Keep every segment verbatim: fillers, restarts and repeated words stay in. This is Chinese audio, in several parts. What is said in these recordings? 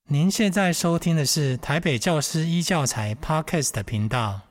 您现在收听的是台北教师一教材 Podcast 的频道。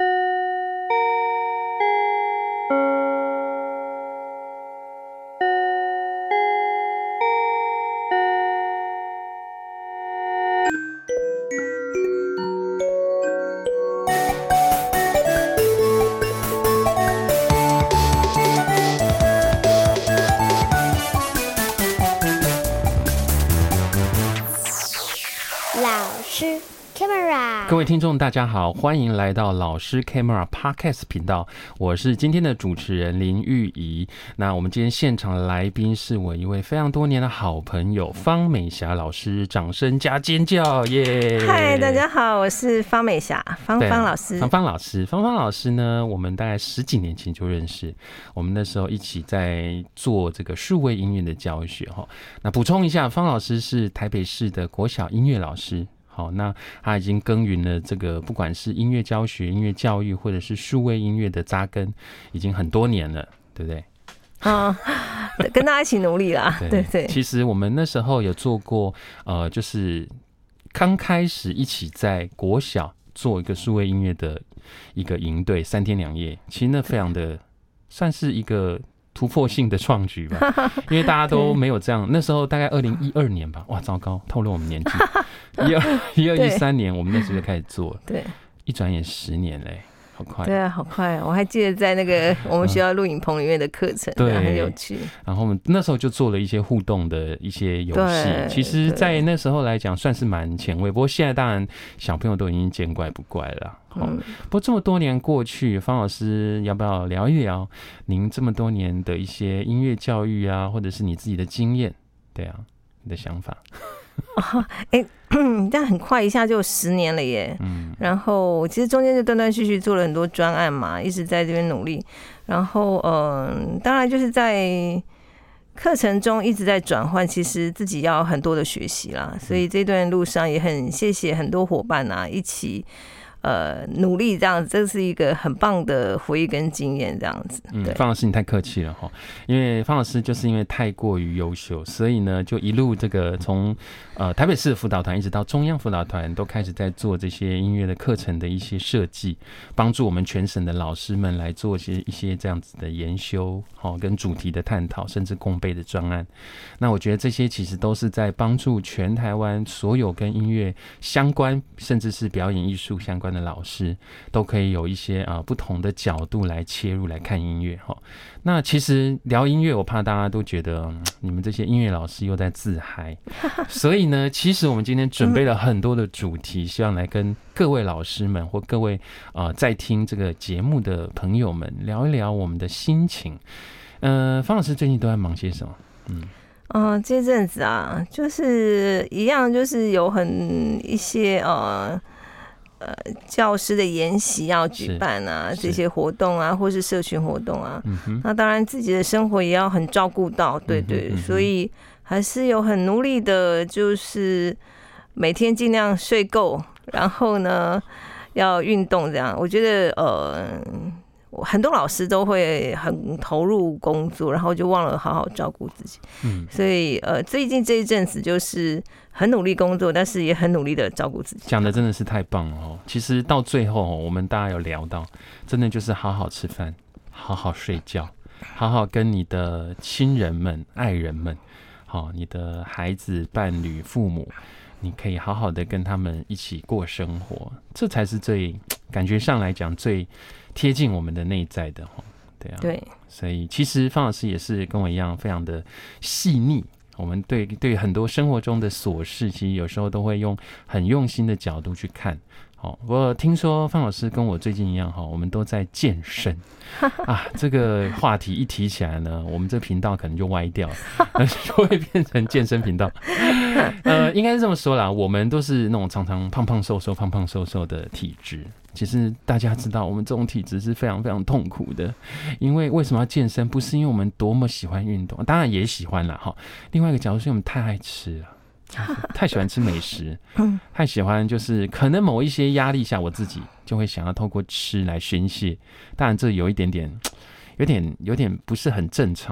各位听众大家好，欢迎来到老师 Camera Podcast 频道，我是今天的主持人林玉怡。那我们今天现场的来宾是我一位非常多年的好朋友方美霞老师，掌声加尖叫耶！ 嗨，大家好，我是方美霞，方方老师。 方方老师，方方老师呢，我们大概十几年前就认识，我们那时候一起在做这个数位音乐的教学哈。那补充一下，方老师是台北市的国小音乐老师。好，那他已经耕耘了这个不管是音乐教学、音乐教育，或者是数位音乐的扎根，已经很多年了，对不对？ 啊、嗯，跟大家一起努力啦。对 对, 对。 其实我们那时候有做过，呃，就是刚开始一起在国小做一个数位音乐的一个营队，三天两夜，其实那非常的算是一个突破性的创举吧，因为大家都没有这样。那时候大概二零一二年吧，哇，糟糕，透露我们年纪。一二一二一三年，我们那时候就开始做了，对，一转眼十年嘞，好快。 对啊，好快！我还记得在那个我们学校录影棚里面的课程，对、嗯，很有趣。 然后我们那时候就做了一些互动的一些游戏，其实，在那时候来讲算是蛮前卫。不过现在当然小朋友都已经见怪不怪了。嗯，不过这么多年过去，方老师要不要聊一聊您这么多年的一些音乐教育啊，或者是你自己的经验？对啊，你的想法。 哦，哎、欸，但很快一下就十年了耶。嗯，然后其实中间就断断续续做了很多专案嘛，一直在这边努力。然后，嗯、呃，当然就是在课程中一直在转换，其实自己要很多的学习啦。所以这段路上也很谢谢很多伙伴啊，一起。呃，努力这样子，这是一个很棒的回忆跟经验，这样子。 嗯，方老师你太客气了哈，因为方老师就是因为太过于优秀，所以呢，就一路这个从呃台北市的辅导团一直到中央辅导团，都开始在做这些音乐的课程的一些设计，帮助我们全省的老师们来做一些一些这样子的研修，好跟主题的探讨，甚至共备的专案。那我觉得这些其实都是在帮助全台湾所有跟音乐相关，甚至是表演艺术相关的老师都可以有一些啊、呃、不同的角度来切入来看音乐哈。那其实聊音乐，我怕大家都觉得、嗯、你们这些音乐老师又在自嗨，所以呢，其实我们今天准备了很多的主题，希望来跟各位老师们或各位呃在听这个节目的朋友们聊一聊我们的心情。呃，方老师最近都在忙些什么？嗯。 呃，这阵子啊，就是一样，就是有很一些呃。呃，教师的研习要举办啊，这些活动啊，或是社群活动啊，嗯、那当然自己的生活也要很照顾到，对对，嗯、所以还是有很努力的，就是每天尽量睡够，然后呢要运动这样。我觉得呃，很多老师都会很投入工作，然后就忘了好好照顾自己。嗯，所以呃，最近这一阵子就是很努力工作，但是也很努力的照顾自己。 讲的真的是太棒了哦！其实到最后，我们大家有聊到，真的就是好好吃饭，好好睡觉，好好跟你的亲人们、爱人们，好，你的孩子、伴侣、父母，你可以好好的跟他们一起过生活，这才是最感觉上来讲最贴近我们的内在的，对啊，对，所以其实方老师也是跟我一样，非常的细腻。我们对对很多生活中的琐事，其实有时候都会用很用心的角度去看。好，我听说方老师跟我最近一样，哈，我们都在健身啊。这个话题一提起来呢，我们这频道可能就歪掉了，就会变成健身频道。呃，应该是这么说啦，我们都是那种常常胖胖瘦瘦、胖胖瘦瘦的体质。其实大家知道，我们这种体质是非常非常痛苦的，因为为什么要健身？不是因为我们多么喜欢运动，当然也喜欢啦哈。另外一个角度是因为我们太爱吃了。太喜欢吃美食，太喜欢就是可能某一些压力下，我自己就会想要透过吃来宣泄。当然这有一点点，有点有点不是很正常，但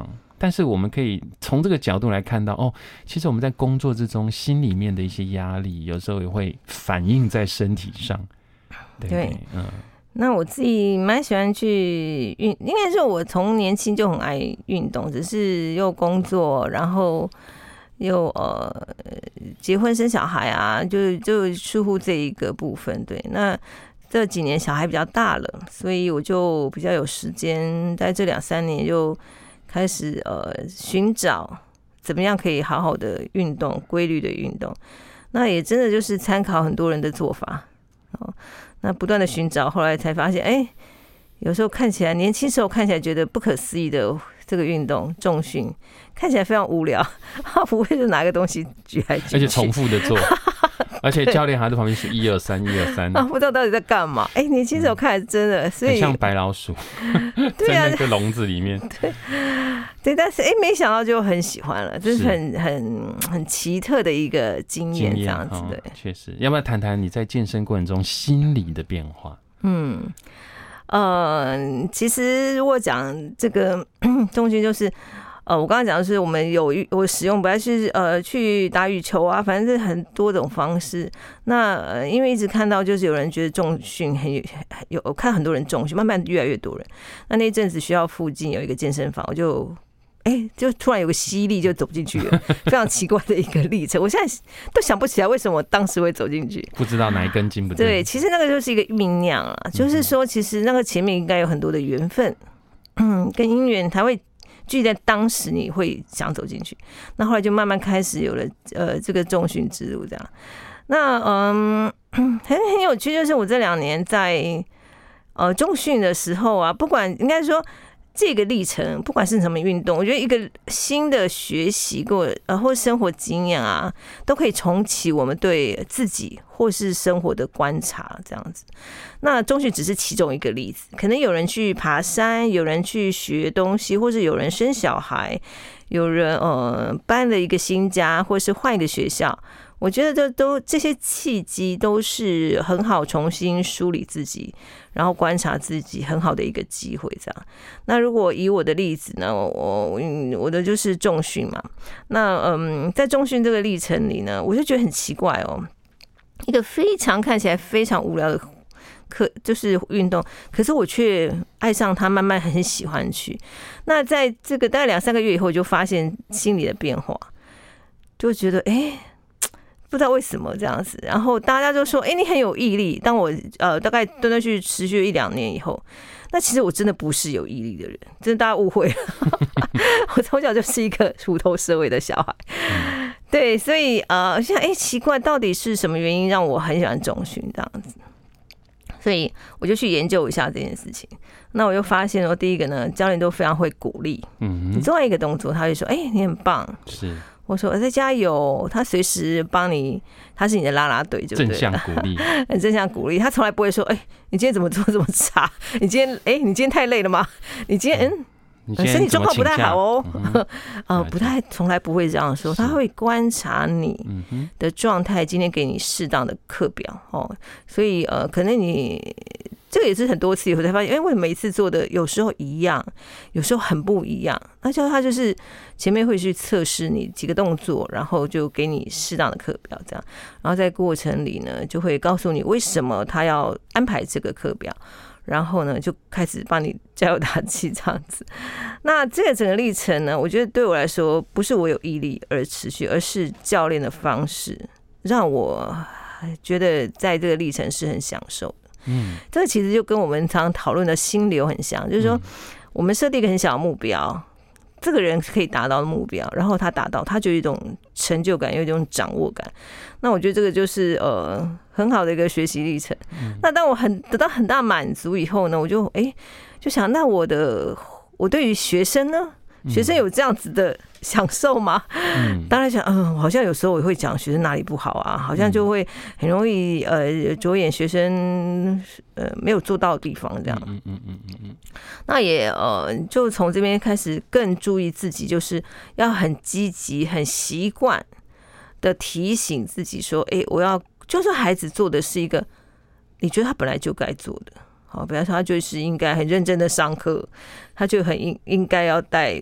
但是我们可以从这个角度来看到，哦，其实我们在工作之中心里面的一些压力，有时候也会反映在身体上。对，对，嗯。 那我自己蛮喜欢去运，应该是我从年轻就很爱运动，只是又工作，然后又呃结婚生小孩啊，就就疏忽这一个部分。对，那这几年小孩比较大了，所以我就比较有时间，在这两三年就开始呃寻找怎么样可以好好的运动，规律的运动。那也真的就是参考很多人的做法哦。那不断的寻找，后来才发现，哎，有时候看起来年轻时候看起来觉得不可思议的这个运动重训，看起来非常无聊，他不会是拿个东西举来举去， 而且重复的做，而且教练还在旁边是一二三一二三， 啊，不知道到底在干嘛。哎，年轻时候看来真的，所以很像白老鼠， 对啊， 在那个笼子里面， 对对，但是哎，没想到就很喜欢了，这是很很很奇特的一个经验，这样子的， 确实。要不要谈谈你在健身过程中心理的变化？ 嗯。呃，其实如果讲这个重训，就是呃，我刚刚讲的是我们有我使用，不要是呃去打羽球啊，反正是很多种方式。那呃，因为一直看到就是有人觉得重训很有有，我看很多人重训，慢慢越来越多人。那那一阵子学校附近有一个健身房，我就。哎，就突然有个吸力就走进去了，非常奇怪的一个历程。我现在都想不起来为什么我当时会走进去， 不知道哪一根筋不对。 对，其实那个就是一个酝酿啦，就是说，其实那个前面应该有很多的缘分，嗯，跟因缘才会聚在当时，你会想走进去。那后来就慢慢开始有了呃这个重训之路这样。那嗯，很很有趣，就是我这两年在呃重训的时候啊，不管应该说。这个历程，不管是什么运动，我觉得一个新的学习过，呃，或生活经验啊，都可以重启我们对自己或是生活的观察，这样子。那重训只是其中一个例子，可能有人去爬山，有人去学东西，或是有人生小孩，有人呃搬了一个新家，或是换一个学校。我觉得这都这些契机都是很好重新梳理自己，然后观察自己很好的一个机会。这样，那如果以我的例子呢，我我的就是重训嘛。那嗯，在重训这个历程里呢，我就觉得很奇怪哦，一个非常看起来非常无聊的课就是运动，可是我却爱上它，慢慢很喜欢去。那在这个大概两三个月以后，就发现心理的变化，就觉得哎。欸不知道为什么这样子，然后大家就说：“哎、欸，你很有毅力。”当我呃大概断断续持续一两年以后，那其实我真的不是有毅力的人，真的大家误会了。我从小就是一个虎头蛇尾的小孩，对，所以呃，现在哎奇怪，到底是什么原因让我很喜欢重训这样子？所以我就去研究一下这件事情。那我就发现说，第一个呢，教练都非常会鼓励，嗯，你做完一个动作，他会说：“哎、欸，你很棒。” 是。 我说：“再加油！”他随时帮你，他是你的啦啦队，对不对？ 正向鼓励， 很正向鼓励。他从来不会说：“哎、欸，你今天怎么做这么差？你今天哎、欸，你今天太累了吗？你今天嗯，身体状况不太好哦。嗯”呃，不太，从来不会这样说。他会观察你的状态，今天给你适当的课表哦。所以呃，可能你。这个也是很多次以后才发现，哎，为什么每一次做的有时候一样，有时候很不一样？那就他就是前面会去测试你几个动作，然后就给你适当的课表，这样，然后在过程里呢，就会告诉你为什么他要安排这个课表，然后呢，就开始帮你加油打气这样子。那这个整个历程呢，我觉得对我来说，不是我有毅力而持续，而是教练的方式让我觉得在这个历程是很享受的。嗯，这个其实就跟我们常常讨论的心流很像，就是说，我们设定一个很小的目标，这个人可以达到的目标，然后他达到，他就有一种成就感，有一种掌握感。那我觉得这个就是呃很好的一个学习历程。那当我很得到很大满足以后呢，我就哎、欸、就想，那我的我对于学生呢？学生有这样子的享受吗？嗯，当然想，嗯，好像有时候我会讲学生哪里不好啊，好像就会很容易呃着眼学生呃没有做到的地方这样。嗯嗯嗯嗯嗯。那也呃就从这边开始更注意自己，就是要很积极、很习惯的提醒自己说，哎、欸，我要就算孩子做的是一个你觉得他本来就该做的。好，比方说他就是应该很认真的上课，他就很应应该要带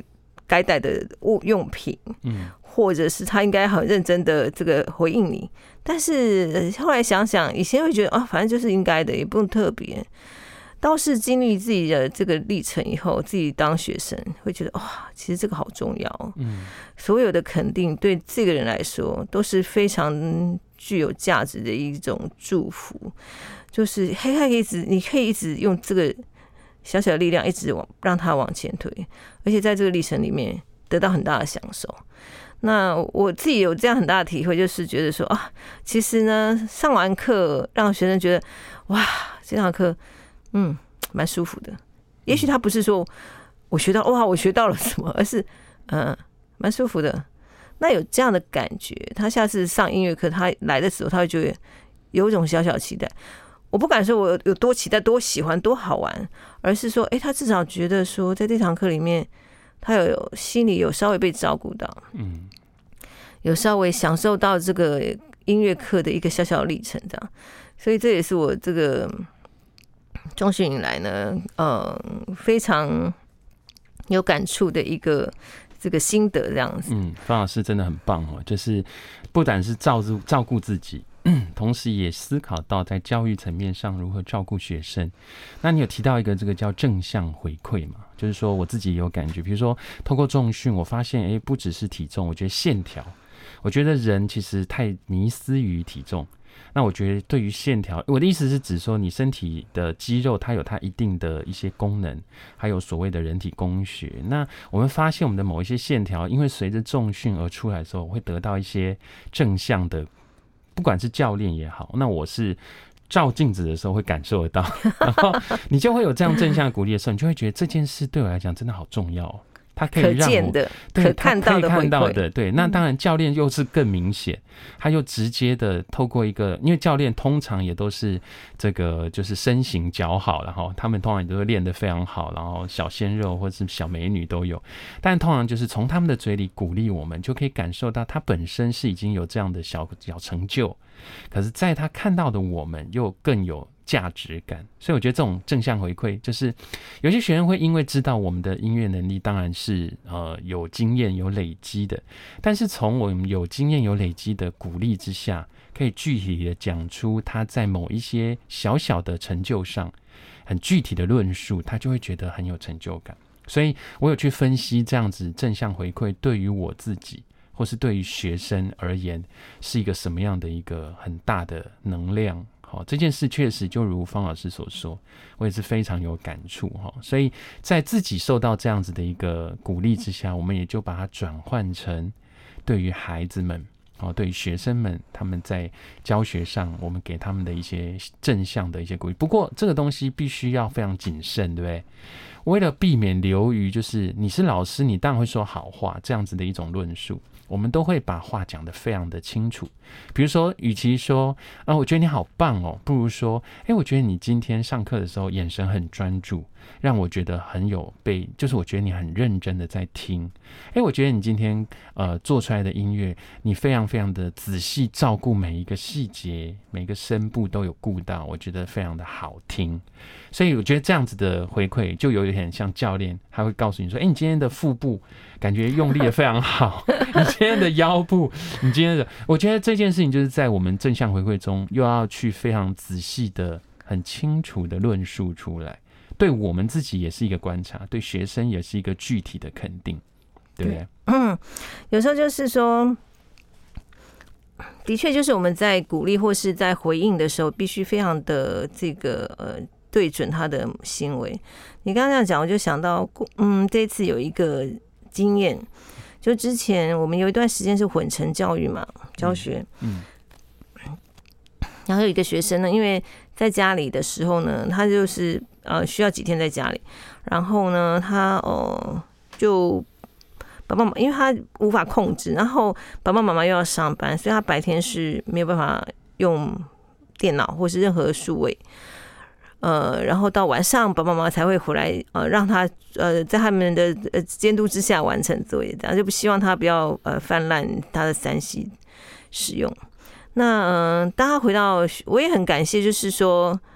该带的物用品， 嗯， 或者是他应该很认真的这个回应你。但是后来想想，以前会觉得啊，反正就是应该的，也不用特别。倒是经历自己的这个历程以后，自己当学生会觉得哇，其实这个好重要。 嗯， 所有的肯定对这个人来说都是非常具有价值的一种祝福。就是嘿，可以一直，你可以一直用这个小小的力量，一直往让他往前推，而且在这个历程里面得到很大的享受。那我自己有这样很大的体会，就是觉得说啊，其实呢，上完课让学生觉得哇，这堂课嗯蛮舒服的。也许他不是说我学到哇，我学到了什么，而是嗯蛮舒服的。那有这样的感觉，他下次上音乐课，他来的时候，他会觉得有一种小小期待。我不敢说我有多期待、多喜欢、多好玩，而是说，哎、欸，他至少觉得说，在这堂课里面，他有心里有稍微被照顾到，嗯，有稍微享受到这个音乐课的一个小小的历程，这样。所以这也是我这个中学以来呢，呃，非常有感触的一个这个心得，这样子。 嗯，方老师真的很棒哦，就是不但是照顾照顾自己。同时也思考到在教育层面上如何照顾学生。那你有提到一个这个叫正向回馈嘛，就是说我自己有感觉，比如说透过重训我发现哎，不只是体重，我觉得线条，我觉得人其实太迷思于体重。那我觉得对于线条，我的意思是指说你身体的肌肉它有它一定的一些功能，还有所谓的人体工学。那我们发现我们的某一些线条因为随着重训而出来的时候，会得到一些正向的，不管是教练也好，那我是照镜子的时候会感受得到，然后你就会有这样正向鼓励的时候，你就会觉得这件事对我来讲真的好重要哦。它可以让我可见的、 对可看到的回馈， 的，对。那当然，教练又是更明显，他又直接的透过一个，因为教练通常也都是这个就是身形姣好，然后他们通常也都会练得非常好，然后小鲜肉或是小美女都有，但通常就是从他们的嘴里鼓励我们，就可以感受到他本身是已经有这样的小小成就，可是在他看到的我们又更有价值感。所以我觉得这种正向回馈，就是有些学生会因为知道我们的音乐能力当然是呃有经验有累积的，但是从我们有经验有累积的鼓励之下，可以具体的讲出他在某一些小小的成就上很具体的论述，他就会觉得很有成就感。所以我有去分析这样子正向回馈对于我自己或是对于学生而言是一个什么样的一个很大的能量。好，这件事确实就如方老师所说，我也是非常有感触。所以在自己受到这样子的一个鼓励之下，我们也就把它转换成对于孩子们，对于学生们，他们在教学上我们给他们的一些正向的一些鼓励。不过这个东西必须要非常谨慎，对不对？为了避免流于就是你是老师你当然会说好话这样子的一种论述，我们都会把话讲得非常的清楚。比如说与其说啊，我觉得你好棒哦，不如说哎，我觉得你今天上课的时候眼神很专注，让我觉得很有被，就是我觉得你很认真的在听。哎，我觉得你今天呃做出来的音乐，你非常非常的仔细照顾每一个细节，每个声部都有顾到，我觉得非常的好听。所以我觉得这样子的回馈就有点像教练，他会告诉你说，哎，你今天的腹部感觉用力的非常好，你今天的腰部，你今天的，我觉得这件事情就是在我们正向回馈中，又要去非常仔细的、很清楚的论述出来。对我们自己也是一个观察，对学生也是一个具体的肯定，对不对？ 嗯，有时候就是说，的确就是我们在鼓励或是在回应的时候，必须非常的这个呃对准他的行为。你刚刚这样讲，我就想到，嗯，这次有一个经验，就之前我们有一段时间是混成教育嘛，教学，嗯，嗯然后有一个学生呢，因为在家里的时候呢，他就是呃需要几天在家里，然后呢，他呃就爸爸妈妈，因为他无法控制，然后爸爸妈妈又要上班，所以他白天是没有办法用电脑或是任何数位，呃，然后到晚上爸爸妈妈才会回来，呃，让他呃在他们的呃监督之下完成作业，这样就不希望他不要呃泛滥他的三 C 使用。那嗯、呃，当他回到，我也很感谢，就是说，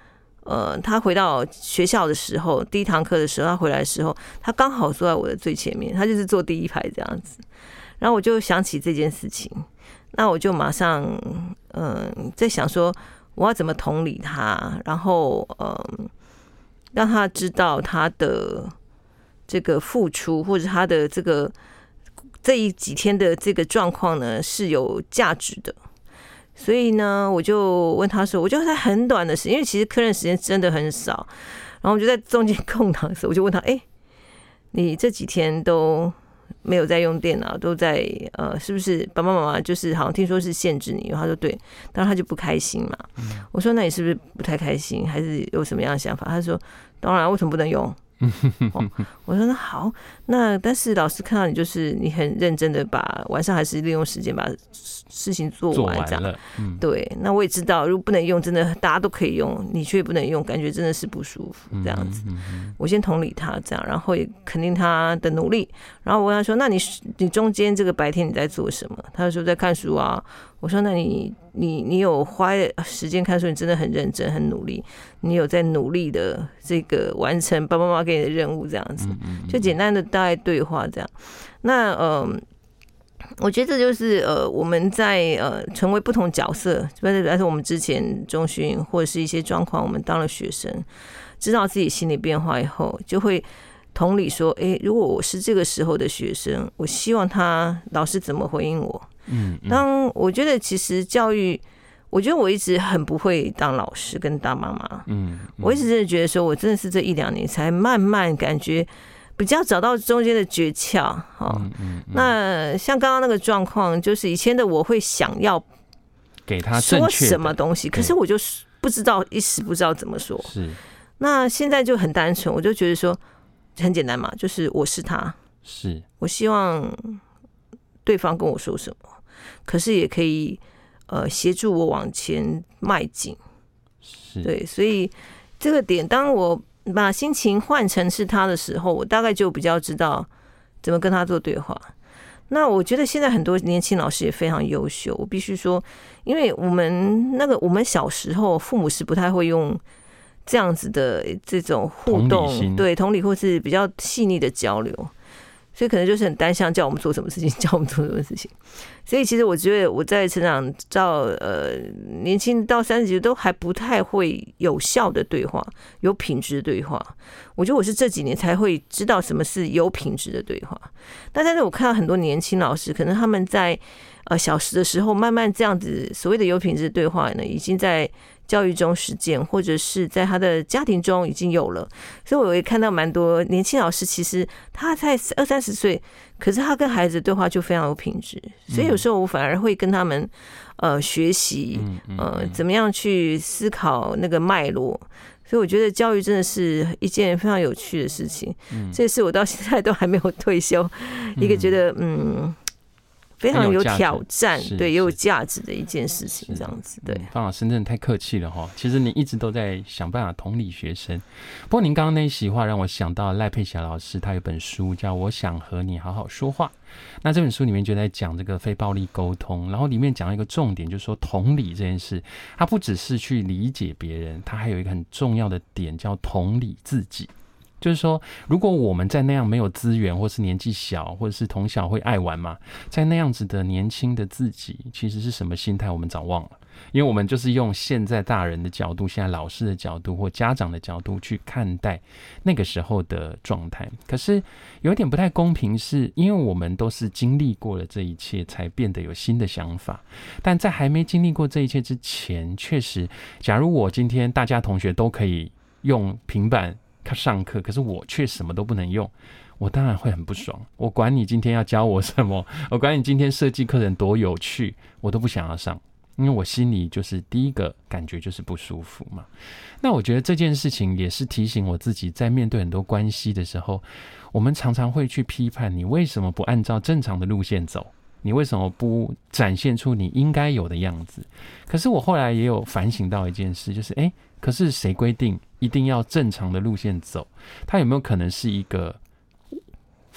呃，他回到学校的时候，第一堂课的时候，他回来的时候，他刚好坐在我的最前面，他就是坐第一排这样子。然后我就想起这件事情，那我就马上嗯、呃、在想说，我要怎么同理他，然后嗯、呃、让他知道他的这个付出，或者他的这个这一几天的这个状况呢是有价值的。所以呢，我就问他说，我就在很短的时间，因为其实课任时间真的很少，然后我就在中间空档的时候，我就问他，哎、欸，你这几天都没有在用电脑，都在呃，是不是爸爸妈妈就是好像听说是限制你？他说对，当然他就不开心嘛。我说那你是不是不太开心，还是有什么样的想法？他说当然，为什么不能用？哦、我说那好，那但是老师看到你就是你很认真的把晚上还是利用时间把事情做完这样， 做完了、嗯、 对，那我也知道如果不能用，真的大家都可以用，你却不能用，感觉真的是不舒服这样子、嗯嗯嗯、我先同理他这样，然后也肯定他的努力，然后我问他说那你你中间这个白天你在做什么？他就说在看书啊。我说那你你你有花时间看书，你真的很认真很努力，你有在努力的这个完成爸爸妈妈给你的任务这样子，就简单的大概对话这样。那呃我觉得这就是呃我们在呃成为不同角色，但是我们之前中训或者是一些状况，我们当了学生，知道自己心理变化以后，就会同理说，哎，如果我是这个时候的学生，我希望他老师怎么回应我。嗯，当我觉得其实教育，我觉得我一直很不会当老师跟当妈妈。嗯，我一直真的觉得说，我真的是这一两年才慢慢感觉比较找到中间的诀窍。哦，嗯嗯嗯、那像刚刚那个状况，就是以前的我会想要给他说什么东西，可是我就不知道，一时不知道怎么说。 是， 那现在就很单纯，我就觉得说很简单嘛，就是我是他， 是我希望对方跟我说什么。可是也可以，呃，协助我往前迈进，对，所以这个点，当我把心情换成是他的时候，我大概就比较知道怎么跟他做对话。那我觉得现在很多年轻老师也非常优秀，我必须说，因为我们那个我们小时候父母是不太会用这样子的这种互动，对，同理或是比较细腻的交流。所以可能就是很单向，叫我们做什么事情，叫我们做什么事情。所以其实我觉得我在成长到呃年轻到三十几岁都还不太会有效的对话，有品质的对话。我觉得我是这几年才会知道什么是有品质的对话。但但是我看到很多年轻老师，可能他们在呃小时的时候，慢慢这样子所谓的有品质的对话呢，已经在教育中实践，或者是在他的家庭中已经有了，所以我也看到蛮多年轻老师，其实他才二三十岁，可是他跟孩子的对话就非常有品质，所以有时候我反而会跟他们呃学习，呃怎么样去思考那个脉络，所以我觉得教育真的是一件非常有趣的事情，这也是我到现在都还没有退休，一个觉得嗯。非常有挑战，对，也有价值的一件事情，这样子，对。 方老师真的太客气了哈，其实你一直都在想办法同理学生。不过您刚刚那一席话让我想到赖佩霞老师，他有本书叫《我想和你好好说话》。那这本书里面就在讲这个非暴力沟通，然后里面讲一个重点，就是说同理这件事，它不只是去理解别人，它还有一个很重要的点叫同理自己。就是说，如果我们在那样没有资源，或是年纪小，或者是从小会爱玩嘛，在那样子的年轻的自己，其实是什么心态，我们早忘了。因为我们就是用现在大人的角度，现在老师的角度或家长的角度去看待那个时候的状态。可是有一点不太公平是，是因为我们都是经历过了这一切，才变得有新的想法。但在还没经历过这一切之前，确实，假如我今天大家同学都可以用平板上课，可是我却什么都不能用，我当然会很不爽。我管你今天要教我什么，我管你今天设计课程多有趣，我都不想要上，因为我心里就是第一个感觉就是不舒服嘛。那我觉得这件事情也是提醒我自己，在面对很多关系的时候，我们常常会去批判你为什么不按照正常的路线走，你为什么不展现出你应该有的样子。可是我后来也有反省到一件事，就是哎，可是谁规定一定要正常的路线走？它有没有可能是一个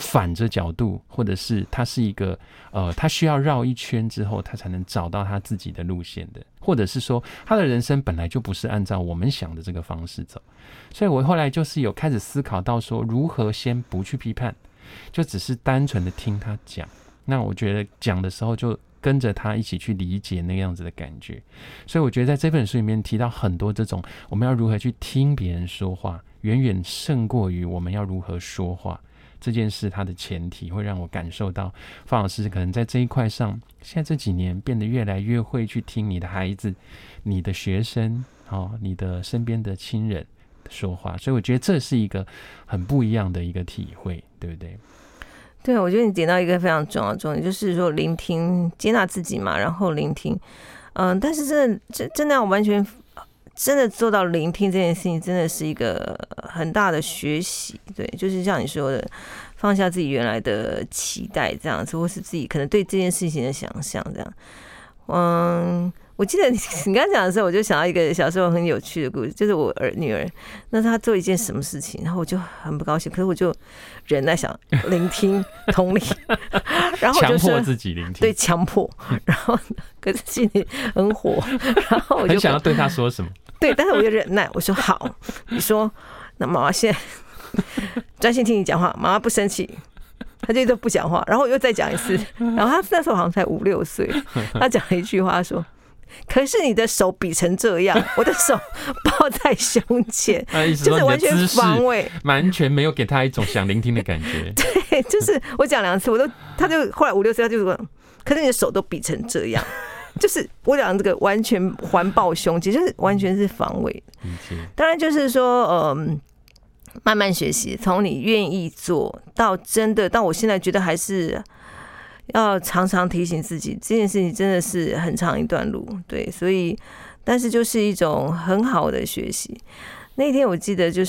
反着角度，或者是他是一个呃，他需要绕一圈之后，他才能找到他自己的路线的，或者是说他的人生本来就不是按照我们想的这个方式走。所以我后来就是有开始思考到说，如何先不去批判，就只是单纯的听他讲。那我觉得讲的时候就跟着他一起去理解那个样子的感觉。所以我觉得在这本书里面提到很多这种我们要如何去听别人说话，远远胜过于我们要如何说话这件事，它的前提会让我感受到方老师可能在这一块上现在这几年变得越来越会去听你的孩子、你的学生、哦、你的身边的亲人说话。所以我觉得这是一个很不一样的一个体会，对不对？ 对，我觉得你点到一个非常重要的重点，就是说聆听、接纳自己嘛，然后聆听。嗯、呃，但是真的真真的要完全真的做到聆听这件事情，真的是一个很大的学习。对，就是像你说的，放下自己原来的期待这样子，或是自己可能对这件事情的想象这样。嗯，我记得你你刚讲的时候，我就想到一个小时候很有趣的故事，就是我儿女儿，那她做一件什么事情，然后我就很不高兴，可是我就忍耐想聆听同理，然后我就强迫自己聆听， 对，强迫，然后可是心里很火，然后我就很想要对她说什么， 对，但是我就忍耐，我说好，你说，那妈妈现在专心听你讲话，妈妈不生气。他就都不讲话，然后我又再讲一次，然后他那时候好像才五六岁，他讲了一句话说：“可是你的手比成这样，我的手抱在胸前，就是完全防卫， 完全没有给他一种想聆听的感觉。” 对，就是我讲两次，我都，他就后来五六岁，他就说：“可是你的手都比成这样。”就是我讲这个完全环抱胸前，就是完全是防卫。当然就是说，嗯。慢慢学习，从你愿意做到真的，到我现在觉得还是要常常提醒自己，这件事情真的是很长一段路，对，所以，但是就是一种很好的学习。那天我记得就是，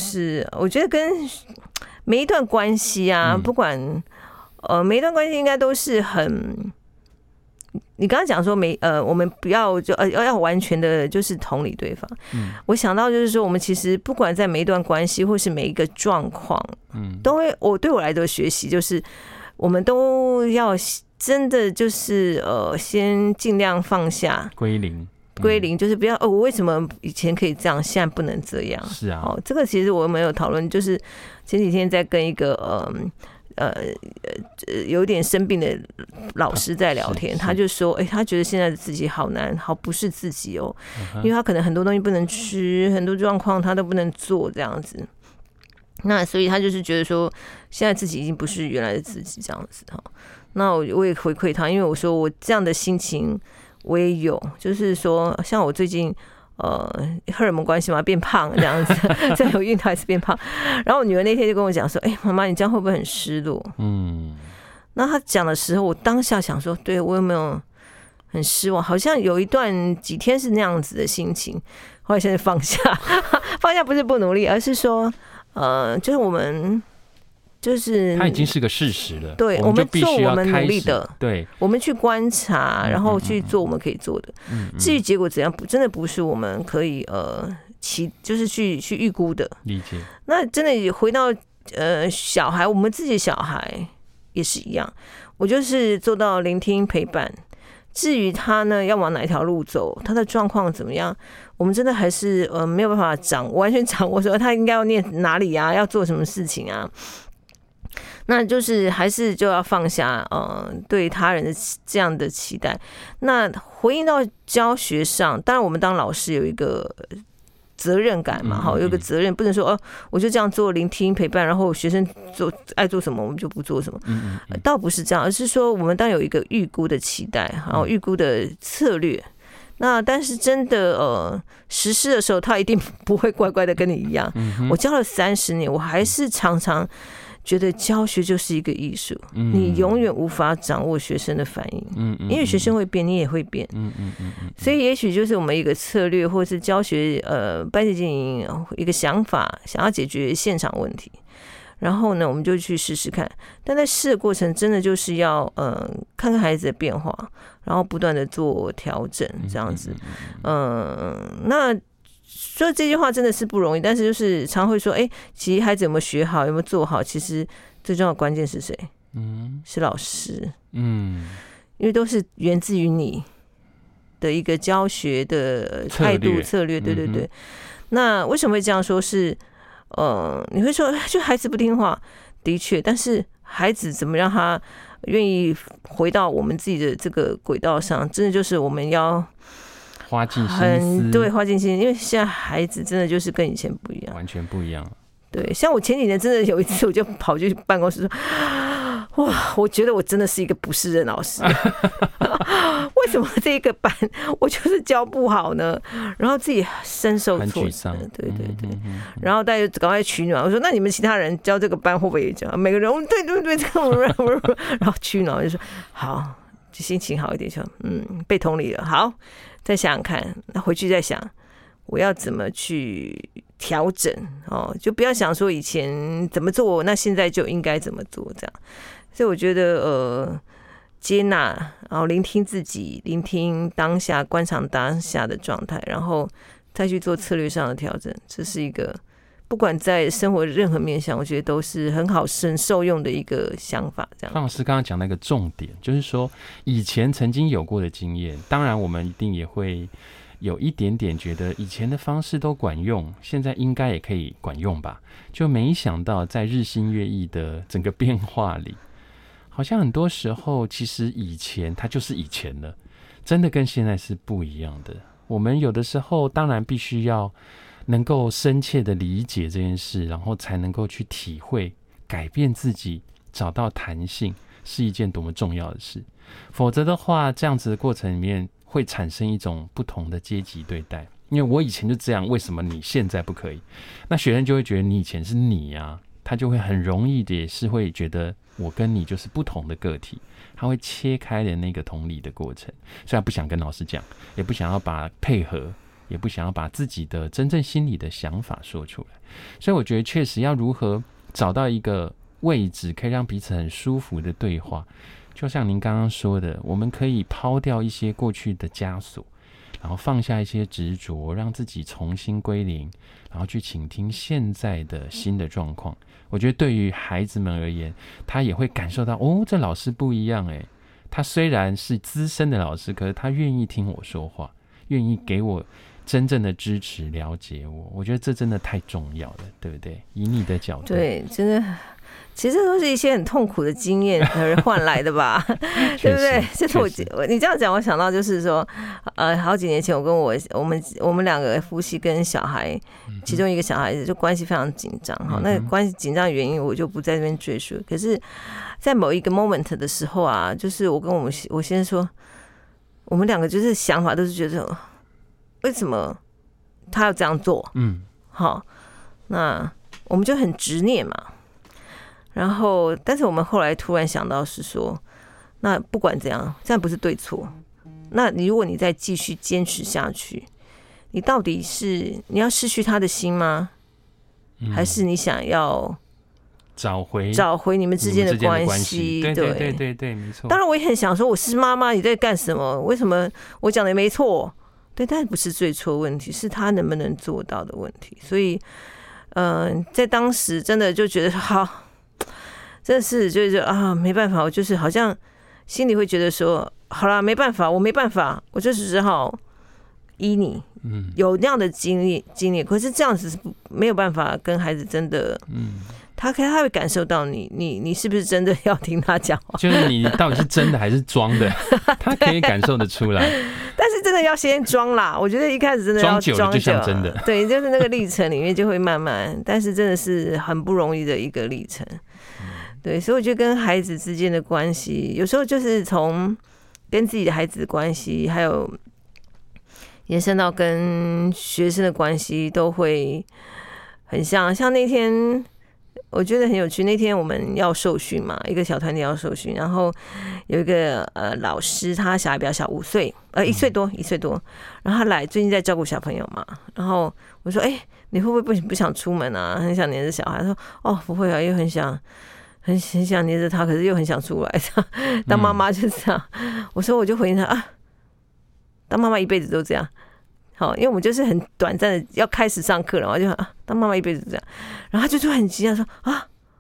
我觉得跟每一段关系啊，不管呃每一段关系应该都是很。你刚刚讲说没呃，我们不要就呃要完全的就是同理对方。嗯，我想到就是说，我们其实不管在每一段关系或是每一个状况，嗯，都会我对我来的学习就是，我们都要真的就是呃，先尽量放下， 归零， 归零，就是不要哦，我为什么以前可以这样，现在不能这样？ 是啊， 哦，这个其实我们有讨论，就是前几天在跟一个呃。呃呃，有点生病的老师在聊天，他就说，哎、欸，他觉得现在的自己好难，好不是自己哦，因为他可能很多东西不能吃，很多状况他都不能做这样子。那所以他就是觉得说，现在自己已经不是原来的自己这样子哈。那我我也回馈他，因为我说我这样的心情我也有，就是说，像我最近。呃，荷尔蒙关系嘛，变胖这样子，所以有运动还是变胖。然后我女儿那天就跟我讲说：“哎、欸，妈妈，你这样会不会很失落？”嗯，那她讲的时候，我当下想说：“对我有没有很失望？好像有一段几天是那样子的心情。”后来现在放下，放下不是不努力，而是说，呃，就是我们。就是它已经是个事实了， 对，我们做我们努力的， 对， 我们去观察，然后去做我们可以做的。嗯，至于结果怎样，不真的不是我们可以呃期，就是去去预估的。 理解。 那真的回到呃小孩，我们自己小孩也是一样，我就是做到聆听陪伴。至于他呢要往哪一条路走，他的状况怎么样，我们真的还是呃没有办法掌完全掌握说他应该要念哪里啊，要做什么事情啊。那就是还是就要放下呃对他人的这样的期待。那回应到教学上，当然我们当老师有一个责任感嘛，好，有一个责任，不能说哦我就这样做聆听陪伴，然后学生做爱做什么我们就不做什么，倒不是这样，而是说我们当然有一个预估的期待，然后预估的策略。那但是真的呃实施的时候，他一定不会乖乖的跟你一样。我教了三十年，我还是常常。觉得教学就是一个艺术，嗯、你永远无法掌握学生的反应，嗯嗯、因为学生会变，你也会变，嗯嗯嗯嗯、所以也许就是我们一个策略，或是教学呃班级经营一个想法，想要解决现场问题，然后呢，我们就去试试看。但在试的过程，真的就是要呃看看孩子的变化，然后不断的做调整，这样子，嗯、呃，那。说这句话真的是不容易，但是就是常会说，哎、欸，其实孩子有没有学好，有没有做好，其实最重要的关键是谁？ 嗯， 是老师。 嗯， 因为都是源自于你的一个教学的态度策略，对对对。嗯、那为什么会这样说是？呃，你会说就孩子不听话，的确，但是孩子怎么让他愿意回到我们自己的这个轨道上，真的就是我们要花尽心思， 对，花尽心思，因为现在孩子真的就是跟以前不一样， 完全不一样。 对，像我前几年真的有一次，我就跑去办公室说：“哇，我觉得我真的是一个不是任老师，为什么这个班我就是教不好呢？”然后自己深受挫折，对对对。嗯、哼哼然后大家就赶快取暖，我说：“那你们其他人教这个班会不会也教？”每个人对对对，这个，然后取暖就说：“好，就心情好一点，就嗯，被同理了。好，再想想看，那回去再想。”我要怎么去调整哦？就不要想说以前怎么做，那现在就应该怎么做这样。所以我觉得呃，接纳，然后聆听自己，聆听当下，观察当下的状态，然后再去做策略上的调整。这是一个不管在生活的任何面向，我觉得都是很好、很受用的一个想法。这样， 范老师刚刚讲那个重点，就是说以前曾经有过的经验，当然我们一定也会。有一点点觉得以前的方式都管用，现在应该也可以管用吧？就没想到在日新月异的整个变化里，好像很多时候其实以前它就是以前了，真的跟现在是不一样的。我们有的时候当然必须要能够深切的理解这件事，然后才能够去体会改变自己，找到弹性是一件多么重要的事。否则的话，这样子的过程里面会产生一种不同的阶级对待，因为我以前就这样，为什么你现在不可以？那学生就会觉得你以前是你啊，他就会很容易的也是会觉得我跟你就是不同的个体，他会切开的那个同理的过程。虽然不想跟老师讲，也不想要把配合，也不想要把自己的真正心里的想法说出来。所以我觉得确实要如何找到一个位置，可以让彼此很舒服的对话。就像您刚刚说的，我们可以抛掉一些过去的枷锁，然后放下一些执着，让自己重新归零，然后去倾听现在的新的状况。我觉得对于孩子们而言，他也会感受到哦，这老师不一样诶，他虽然是资深的老师，可是他愿意听我说话，愿意给我真正的支持，了解我。我觉得这真的太重要了，对不对？以你的角度， 对，真的。其实都是一些很痛苦的经验而换来的吧，对不对？就是我你这样讲，我想到就是说，呃，好几年前我跟我我们我们两个夫妻跟小孩，其中一个小孩子就关系非常紧张哈。那关系紧张的原因我就不在这边赘述。可是，在某一个 moment 的时候啊，就是我跟我们我先说，我们两个就是想法都是觉得，为什么他要这样做？嗯，好，那我们就很执念嘛。然后，但是我们后来突然想到是说，那不管怎样，这样不是对错。那你如果你再继续坚持下去，你到底是你要失去他的心吗？嗯、还是你想要找回找回你们之间的关系？ 对对对对对，没错。 当然，我也很想说，我是妈妈，你在干什么？为什么我讲的也没错？对，但不是对错问题，是他能不能做到的问题。所以，嗯、呃，在当时真的就觉得好。真的是就是啊，没办法，我就是好像心里会觉得说，好啦，没办法，我没办法，我就是只好依你。嗯，有那样的经历经历，可是这样子是没有办法跟孩子真的，嗯，他可以他会感受到你，你你是不是真的要听他讲话？ 就是你到底是真的还是装的，他可以感受得出来。 但是真的要先装啦，我觉得一开始真的要装久了就像真的， 对，就是那个历程里面就会慢慢，但是真的是很不容易的一个历程。对，所以我觉得跟孩子之间的关系，有时候就是从跟自己的孩子的关系，还有延伸到跟学生的关系，都会很像。像那天我觉得很有趣，那天我们要受训嘛，一个小团体要受训，然后有一个呃老师，他小孩比较小，五岁，呃一岁多，一岁多，然后他来最近在照顾小朋友嘛，然后我说，哎、欸，你会不会不不想出门啊？很想黏着小孩？他说，哦，不会啊，又很想。很很想黏着他，可是又很想出来。当妈妈就这样，嗯、我说我就回应他啊，当妈妈一辈子都这样。好，因为我们就是很短暂的要开始上课了，我就啊，当妈妈一辈子这样。然后他就就很惊讶说啊，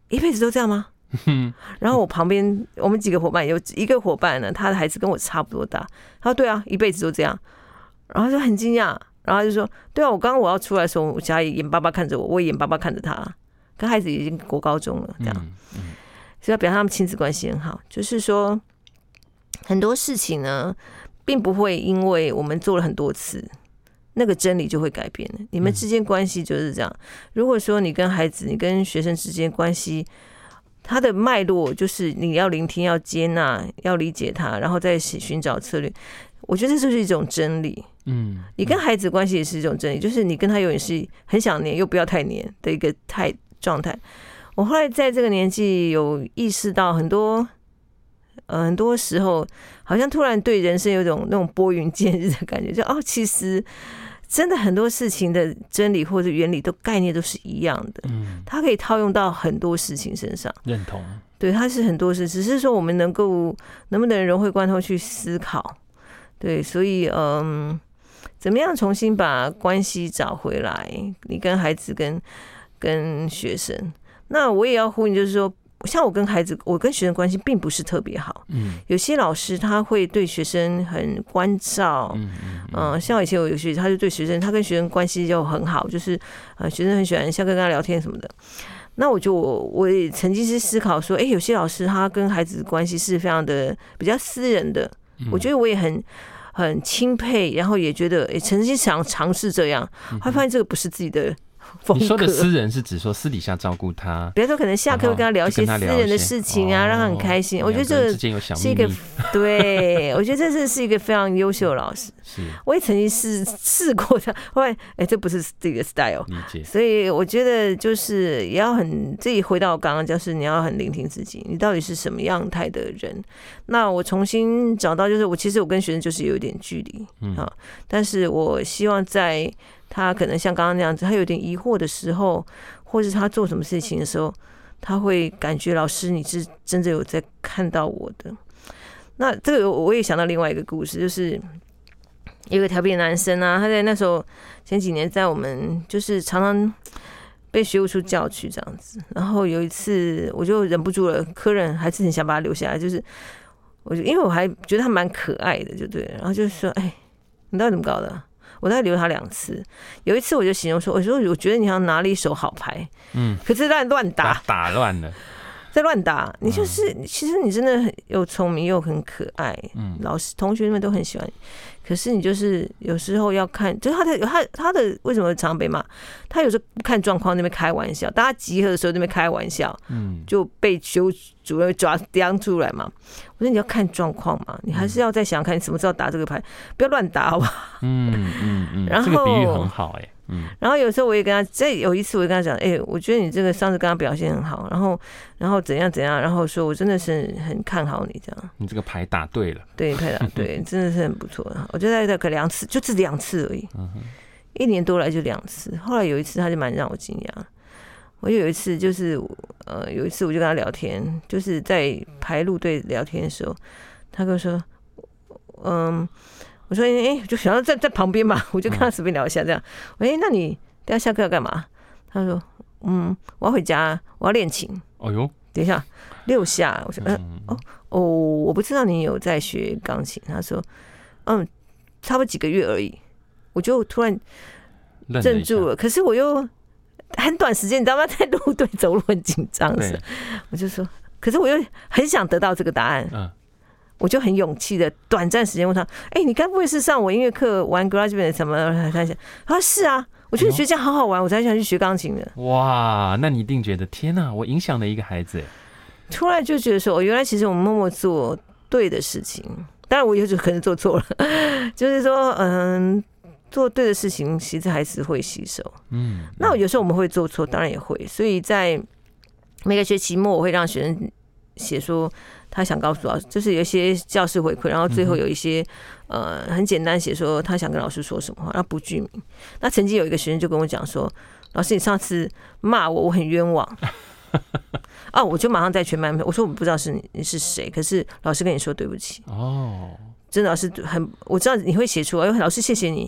一辈子都这样吗？然后我旁边我们几个伙伴有一个伙伴呢，他的孩子跟我差不多大，他说对啊，一辈子都这样，然后就很惊讶，然后就说对啊，我刚刚我要出来的时候，我家也眼巴巴看着我，我也眼巴巴看着他，跟孩子已经国高中了，这样，嗯嗯、所以要表现他们亲子关系很好，就是说很多事情呢，并不会因为我们做了很多次，那个真理就会改变了。你们之间关系就是这样。如果说你跟孩子、你跟学生之间关系，它的脉络就是你要聆听、要接纳、要理解他，然后再寻找策略。我觉得这就是一种真理。嗯，你跟孩子关系也是一种真理，就是你跟他永远是很想黏又不要太黏的一个态状态。我后来在这个年纪有意识到很多。呃，很多时候好像突然对人生有种那种拨云见日的感觉，就哦，其实真的很多事情的真理或者原理都概念都是一样的，嗯，它可以套用到很多事情身上， 认同， 对，它是很多事，只是说我们能够能不能融会贯通去思考，对，所以嗯，怎么样重新把关系找回来？你跟孩子跟跟学生，那我也要呼应，就是说。像我跟孩子，我跟学生关系并不是特别好。嗯，有些老师他会对学生很关照。嗯嗯，呃，像以前我有学，他就对学生，他跟学生关系就很好，就是呃，学生很喜欢下课跟他聊天什么的。那我就我我也曾经是思考说，哎、欸，有些老师他跟孩子关系是非常的比较私人的，嗯、我觉得我也很很钦佩，然后也觉得也、欸、曾经想尝试这样，后来发现这个不是自己的。 你说的私人是指说私底下照顾他， 比如说可能下课会跟他聊一些私人的事情啊，让他很开心。我觉得这个是一个，对，我觉得这是是一个非常优秀的老师。是，我也曾经试试过他，后来哎，这不是这个 style， 理解。所以我觉得就是也要很，自己回到刚刚，就是你要很聆听自己，你到底是什么样态的人。那我重新找到，就是我其实我跟学生就是有点距离，嗯啊，但是我希望在。他可能像刚刚那样子，他有点疑惑的时候，或是他做什么事情的时候，他会感觉老师你是真的有在看到我的。那这个我也想到另外一个故事，就是有个调皮的男生啊，他在那时候前几年在我们就是常常被学务处叫去这样子，然后有一次我就忍不住了，科任还是很想把他留下来，就是我就因为我还觉得他蛮可爱的，就对了，然后就说，哎，你到底怎么搞的？我大概留他两次，有一次我就形容说，我说我觉得你好像拿了一手好牌，嗯，可是在乱打， 打乱了， 在乱打。你就是，嗯、其实你真的很又聪明又很可爱，嗯，老师同学们都很喜欢你。可是你就是有时候要看，就是他的他他的为什么常被骂？他有时候不看状况那边开玩笑，大家集合的时候那边开玩笑，嗯，就被修主任抓刁出来嘛。我说你要看状况嘛，你还是要再想想看你什么时候打这个牌，不要乱打，好不好？嗯嗯嗯。然后这个比喻很好哎、欸。嗯， 然后有时候我也跟他，这有一次我也跟他讲，哎、欸，我觉得你这个上次跟他表现很好，然后，然后怎样怎样，然后说我真的是很看好你这样。 你这个牌打对了， 对，牌打对，真的是很不错。我就在这个两次，就这两次而已，嗯、一年多来就两次。后来有一次他就蛮让我惊讶，我就有一次就是呃有一次我就跟他聊天，就是在排路队聊天的时候，他跟我说，嗯。我说：“哎、欸，就想要在在旁边嘛，我就跟他随便聊一下这样。哎、欸，那你等一下下课要干嘛？”他說：“嗯，我要回家，我要練琴。”哦呦，等一下六下。我說：“嗯、呃、哦哦，我不知道你有在學鋼琴。”他說：“嗯，差不多幾個月而已。”我就突然怔住了，可是我又很短時間，你知道嗎？在路隊走路很緊張，是。我就說，可是我又很想得到這個答案。嗯。我就很勇氣的短暫時間問他，哎、欸，你該不會是上我音樂課玩 GarageBand 什麼？他說，他說是啊，我覺得學這樣好好玩，我才想去學鋼琴的。 哇，那你一定覺得天哪，我影響了一個孩子。 突然就覺得說，原來其實我們默默做對的事情，當然我有時候可能做錯了，就是說，嗯，做對的事情其實還是會吸收。嗯，那有時候我們會做錯，當然也會，所以在每個學期末我會讓學生寫說。他想告訴老師，就是有一些教室回饋，然後最後有一些呃很簡單寫說他想跟老師說什麼話，然後不具名。那曾經有一個學生就跟我講說：“老師，你上次罵我，我很冤枉。”啊，我就馬上在全班，我說我不知道是你你是誰，可是老師跟你說對不起。哦，真的老師很，我知道你會寫出來，老師謝謝你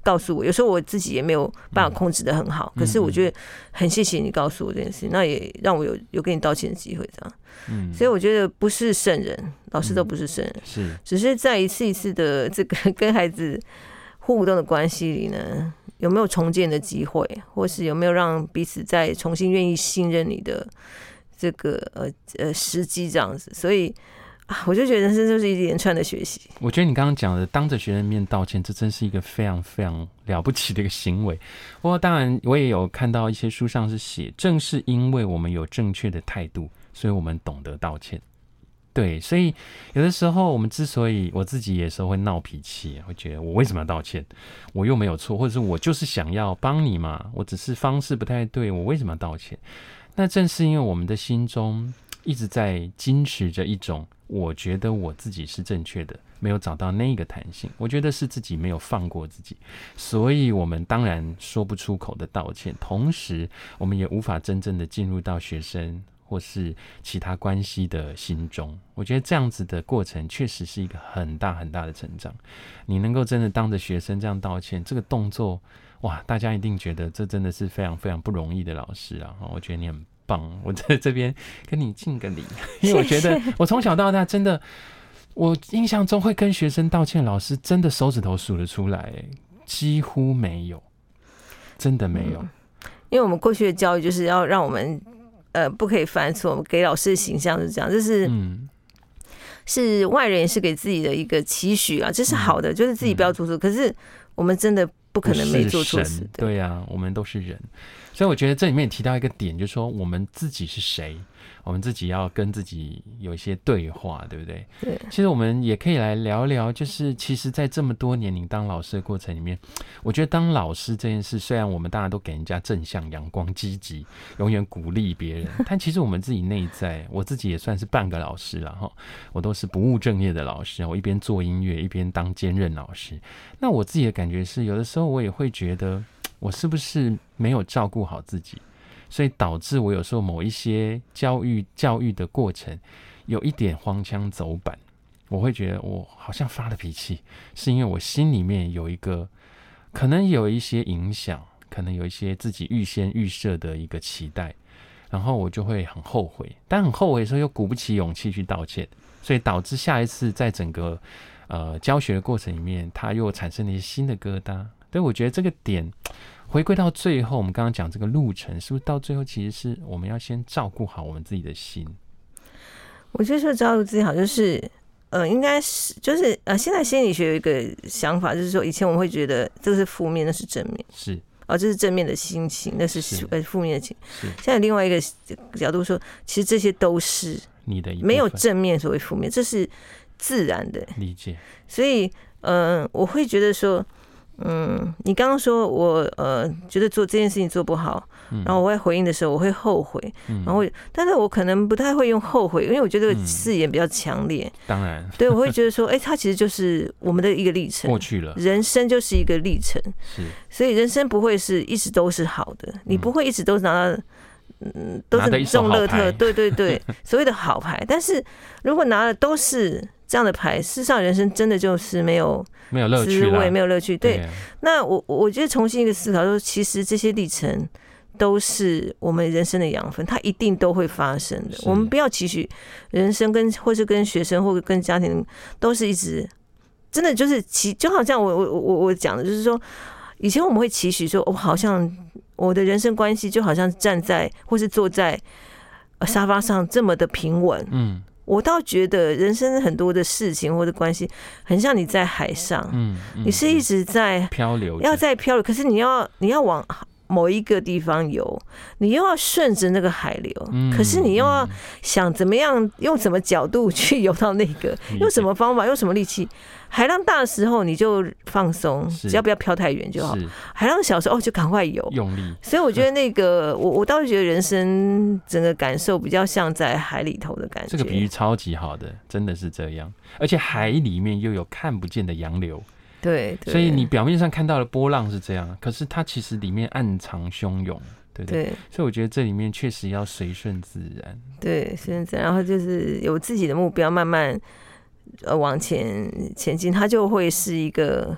告诉我，有时候我自己也没有办法控制得很好，嗯、可是我觉得很谢谢你告诉我这件事，那也让我有有跟你道歉的机会，这样。嗯，所以我觉得不是圣人，老师都不是圣人，嗯、 是， 只是在一次一次的这个跟孩子互动的关系里呢，有没有重建的机会，或是有没有让彼此再重新愿意信任你的这个呃呃时机这样子，所以。啊，我就觉得人生就是一连串的学习。 我觉得你刚刚讲的当着学生面道歉，这真是一个非常非常了不起的一个行为。不过当然我也有看到一些书上是写，正是因为我们有正确的态度，所以我们懂得道歉。对，所以有的时候我们之所以，我自己有时候会闹脾气，会觉得我为什么要道歉？我又没有错，或者是我就是想要帮你嘛，我只是方式不太对，我为什么要道歉？那正是因为我们的心中一直在矜持着一种我觉得我自己是正确的，没有找到那个弹性，我觉得是自己没有放过自己，所以我们当然说不出口的道歉，同时我们也无法真正的进入到学生或是其他关系的心中。我觉得这样子的过程确实是一个很大很大的成长。你能够真的当着学生这样道歉，这个动作哇，大家一定觉得这真的是非常非常不容易的老师啊！我觉得你很棒，我在这边跟你敬个礼，因为我觉得我从小到大真的，我印象中会跟学生道歉的老师真的手指头数得出来，几乎没有，真的没有。嗯、 因为我们过去的教育就是要让我们呃不可以犯错，我们给老师的形象是这样，就是嗯。是外人也是给自己的一个期许啊，这是好的，嗯、就是自己不要做错。嗯、可是我们真的不可能没做错事， 对呀、啊，我们都是人，所以我觉得这里面也提到一个点，就是说我们自己是谁，我们自己要跟自己有一些对话，对不对？ 对。 其实我们也可以来聊聊，就是其实，在这么多年你当老师的过程里面，我觉得当老师这件事，虽然我们大家都给人家正向、阳光、积极，永远鼓励别人，但其实我们自己内在，我自己也算是半个老师了哈，我都是不务正业的老师，我一边做音乐，一边当兼任老师。那我自己的感觉是，有的时候我也会觉得，我是不是没有照顾好自己？所以导致我有时候某一些教育教育的过程有一点荒腔走板，我会觉得我好像发了脾气，是因为我心里面有一个可能有一些影响，可能有一些自己预先预设的一个期待，然后我就会很后悔，但很后悔的时候又鼓不起勇气去道歉，所以导致下一次在整个呃教学的过程里面，它又产生了一些新的疙瘩。所以我觉得这个点回归到最后，我们刚刚讲这个路程，是不是到最后其实是我们要先照顾好我们自己的心？ 我觉得说照顾自己好，就是呃，应该是就是呃，现在心理学有一个想法，就是说以前我们会觉得这个是负面，那是正面， 是哦，这是正面的心情，那是呃负面的情。现在另外一个角度说，其实这些都是你的一部分， 没有正面所谓负面，这是自然的理解。 所以呃，我会觉得说。嗯，你刚刚说我呃觉得做这件事情做不好，嗯、然后我在回应的时候我会后悔，嗯、然后但是我可能不太会用后悔，因为我觉得这个字眼比较强烈。嗯、 当然， 对，我会觉得说，哎、欸，它其实就是我们的一个历程， 过去了， 人生就是一个历程， 是， 所以人生不会是一直都是好的，你不会一直都拿到。嗯，都是中乐透，对对对，所谓的好牌。但是如果拿的都是这样的牌，事实上人生真的就是没有没有乐趣， 滋味，没有乐趣。对，对那我我觉得重新一个思考，说其实这些历程都是我们人生的养分，它一定都会发生的。我们不要期许人生跟或是跟学生或者跟家庭都是一直真的就是期，就好像我我我我讲的，就是说以前我们会期许说，我、哦、好像。我的人生关系就好像站在或是坐在沙发上这么的平稳，嗯，我倒觉得人生很多的事情或者关系，很像你在海上，嗯，你是一直在漂流， 要在漂流，可是你要你要往某一个地方游，你又要顺着那个海流，嗯、可是你又要想怎么样用什么角度去游到那个，用什么方法，用什么力气。海浪大的时候你就放松，只要不要飘太远就好。海浪小的时候哦就赶快游， 用力。 所以我觉得那个我我倒是觉得人生整个感受比较像在海里头的感觉。 这个比喻超级好的，真的是这样。而且海里面又有看不见的洋流。 对，对， 所以你表面上看到的波浪是这样，可是它其实里面暗藏汹涌，对不对？对，所以我觉得这里面确实要随顺自然。 对，随顺自然，然后就是有自己的目标，慢慢呃往前前进，它就会是一个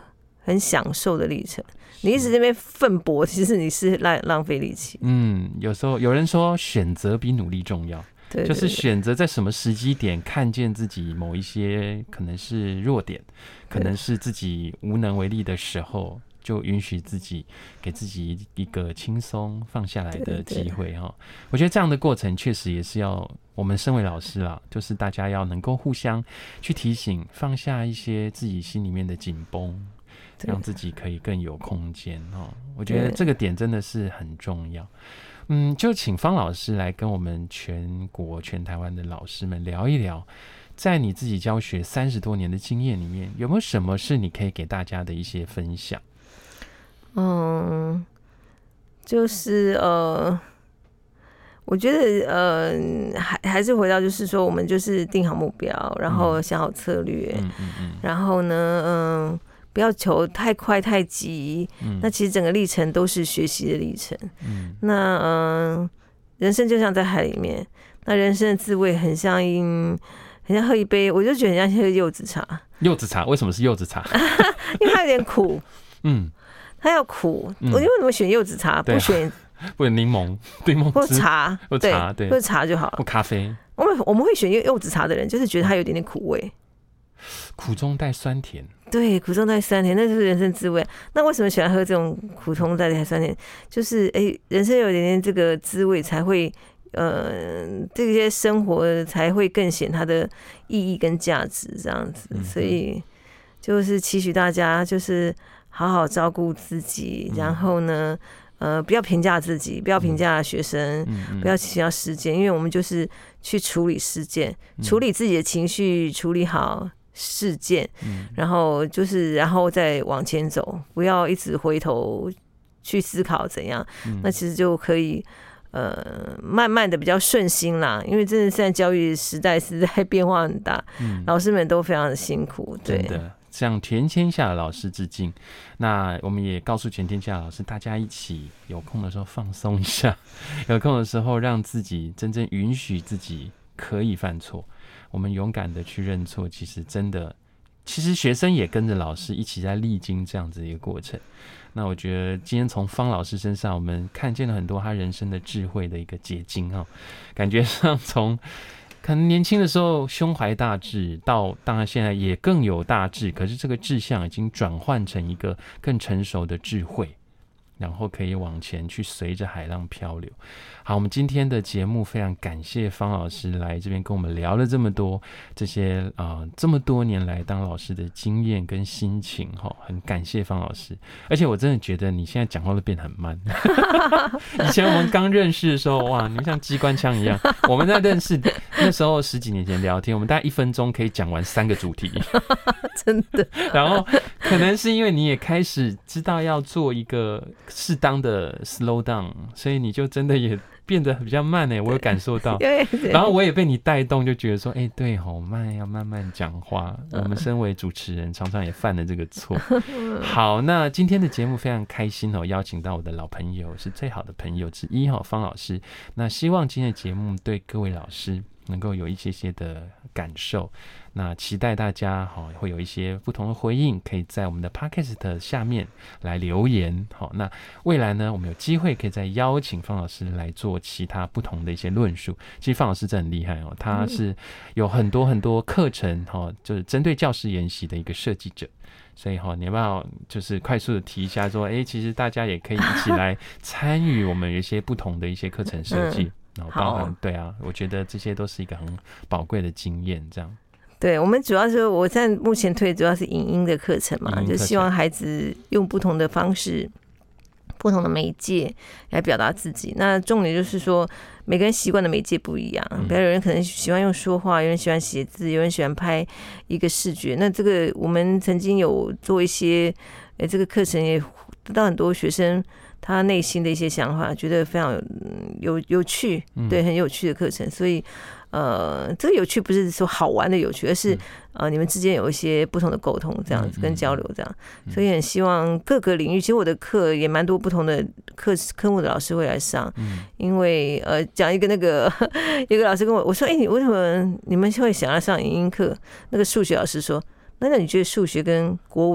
很享受的历程。你一直在那边奋搏，其实你是浪浪费力气。 嗯，有时候有人说选择比努力重要， 对对对， 就是选择在什么时机点看见自己某一些可能是弱点，可能是自己无能为力的时候，就允许自己给自己一个轻松放下来的机会哈。我觉得这样的过程确实也是要我们身为老师啦，就是大家要能够互相去提醒，放下一些自己心里面的紧绷，让自己可以更有空间哦。我觉得这个点真的是很重要。嗯，就请方老师来跟我们全国全台湾的老师们聊一聊，在你自己教学三十多年的经验里面，有没有什么是你可以给大家的一些分享？ 嗯，就是呃，我觉得呃，还还是回到就是说，我们就是定好目标，然后想好策略， 嗯嗯嗯， 然后呢，嗯，不要求太快太急，嗯，那其实整个历程都是学习的历程，嗯，那嗯，人生就像在海里面，那人生的滋味很像一很像喝一杯，我就觉得很像喝柚子茶。 柚子茶为什么是柚子茶？ 因为它有点苦， 嗯。 它要苦， 嗯、 我为什么选柚子茶，不选不选柠檬、柠檬或茶， 或茶对， 或茶就好了， 或咖啡。 我们我们会选柚子茶的人，就是觉得它有点点苦味， 苦中带酸甜。 对，苦中带酸甜，那就是人生滋味。那为什么喜欢喝这种苦中带酸甜？就是哎、欸，人生有点点这个滋味，才会呃，这些生活才会更显它的意义跟价值，这样子。嗯、所以就是期许大家，就是好好照顾自己，然后呢，呃，不要评价自己，不要评价学生，嗯嗯、不要评价事件，因为我们就是去处理事件，嗯、处理自己的情绪，处理好事件，嗯、然后就是然后再往前走，不要一直回头去思考怎样，嗯、那其实就可以呃慢慢的比较顺心啦。因为真的现在教育时代实在变化很大，嗯、老师们都非常的辛苦，对。 真的向全天下的老师致敬。那我们也告诉全天下的老师，大家一起有空的时候放松一下，有空的时候让自己真正允许自己可以犯错，我们勇敢的去认错。其实真的，其实学生也跟着老师一起在历经这样子的一个过程。那我觉得今天从方老师身上，我们看见了很多他人生的智慧的一个结晶哦，感觉上从可能年轻的时候胸怀大志，到当然现在也更有大志，可是这个志向已经转换成一个更成熟的智慧，然后可以往前去随着海浪漂流。好，我们今天的节目非常感谢方老师来这边跟我们聊了这么多这些啊、呃、这么多年来当老师的经验跟心情哈，很感谢方老师。而且我真的觉得你现在讲话都变得很慢。以前我们刚认识的时候，哇，你们像机关枪一样。我们在认识那时候十几年前聊天，我们大概一分钟可以讲完三个主题， 真的。 然后可能是因为你也开始知道要做一个适当的 slow down， 所以你就真的也变得比较慢哎，我有感受到。然后我也被你带动，就觉得说，哎、欸，对吼，慢要慢慢讲话。我们身为主持人，常常也犯了这个错。好，那今天的节目非常开心哦，邀请到我的老朋友，是最好的朋友之一哈，方老师。那希望今天的节目对各位老师能够有一些些的感受，那期待大家好会有一些不同的回应，可以在我们的 Podcast 下面来留言。好，那未来呢，我们有机会可以再邀请方老师来做其他不同的一些论述。其实方老师真的很厉害哦，他是有很多很多课程哈，就是针对教师研习的一个设计者。所以哈，你要不要就是快速的提一下说，哎、欸，其实大家也可以一起来参与我们有一些不同的一些课程设计。嗯然后包含对啊，我觉得这些都是一个很宝贵的经验。这样， 对我们主要是我在目前推主要是影音的课程嘛，就希望孩子用不同的方式、不同的媒介来表达自己。那重点就是说，每个人习惯的媒介不一样，比如有人可能喜欢用说话，有人喜欢写字，有人喜欢拍一个视觉。那这个我们曾经有做一些，呃，这个课程也得到很多学生他内心的一些想法，觉得非常有有有趣，对，很有趣的课程。所以，呃，这个有趣不是说好玩的有趣，而是呃你们之间有一些不同的沟通，这样子跟交流这样。所以很希望各个领域，其实我的课也蛮多不同的课科目的老师会来上，因为呃讲一个那个有个老师跟我我说，哎、欸，你为什么你们会想要上影音课？那个数学老师说，那那你觉得数学跟国文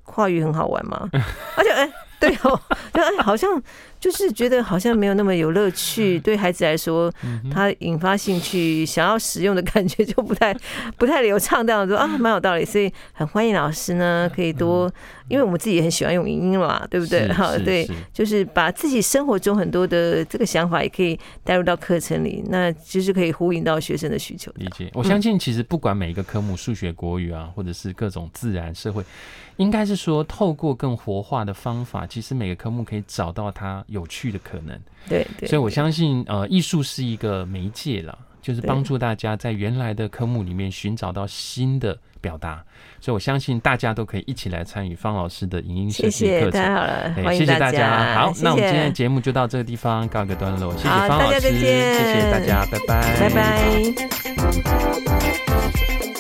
跨语很好玩吗？而且哎。对哦，好像就是觉得好像没有那么有乐趣，对孩子来说，他引发兴趣，想要使用的感觉就不太不太流畅。这样说啊，蛮有道理，所以很欢迎老师呢，可以多，因为我们自己也很喜欢用影音嘛，对不对？好，对，就是把自己生活中很多的这个想法也可以带入到课程里，那就是可以呼应到学生的需求。 理解，我相信其实不管每一个科目，数学、国语啊，或者是各种自然、社会。应该是说，透过更活化的方法，其实每个科目可以找到它有趣的可能。 对，对， 所以我相信，呃，艺术是一个媒介啦，就是帮助大家在原来的科目里面寻找到新的表达。所以我相信大家都可以一起来参与方老师的影音设计课程。 谢谢，太好了，欢迎谢谢大家。 好， 谢谢， 那我们今天的节目就到这个地方告个段落。谢谢方老师， 大家再见， 谢谢大家，拜拜， 拜拜。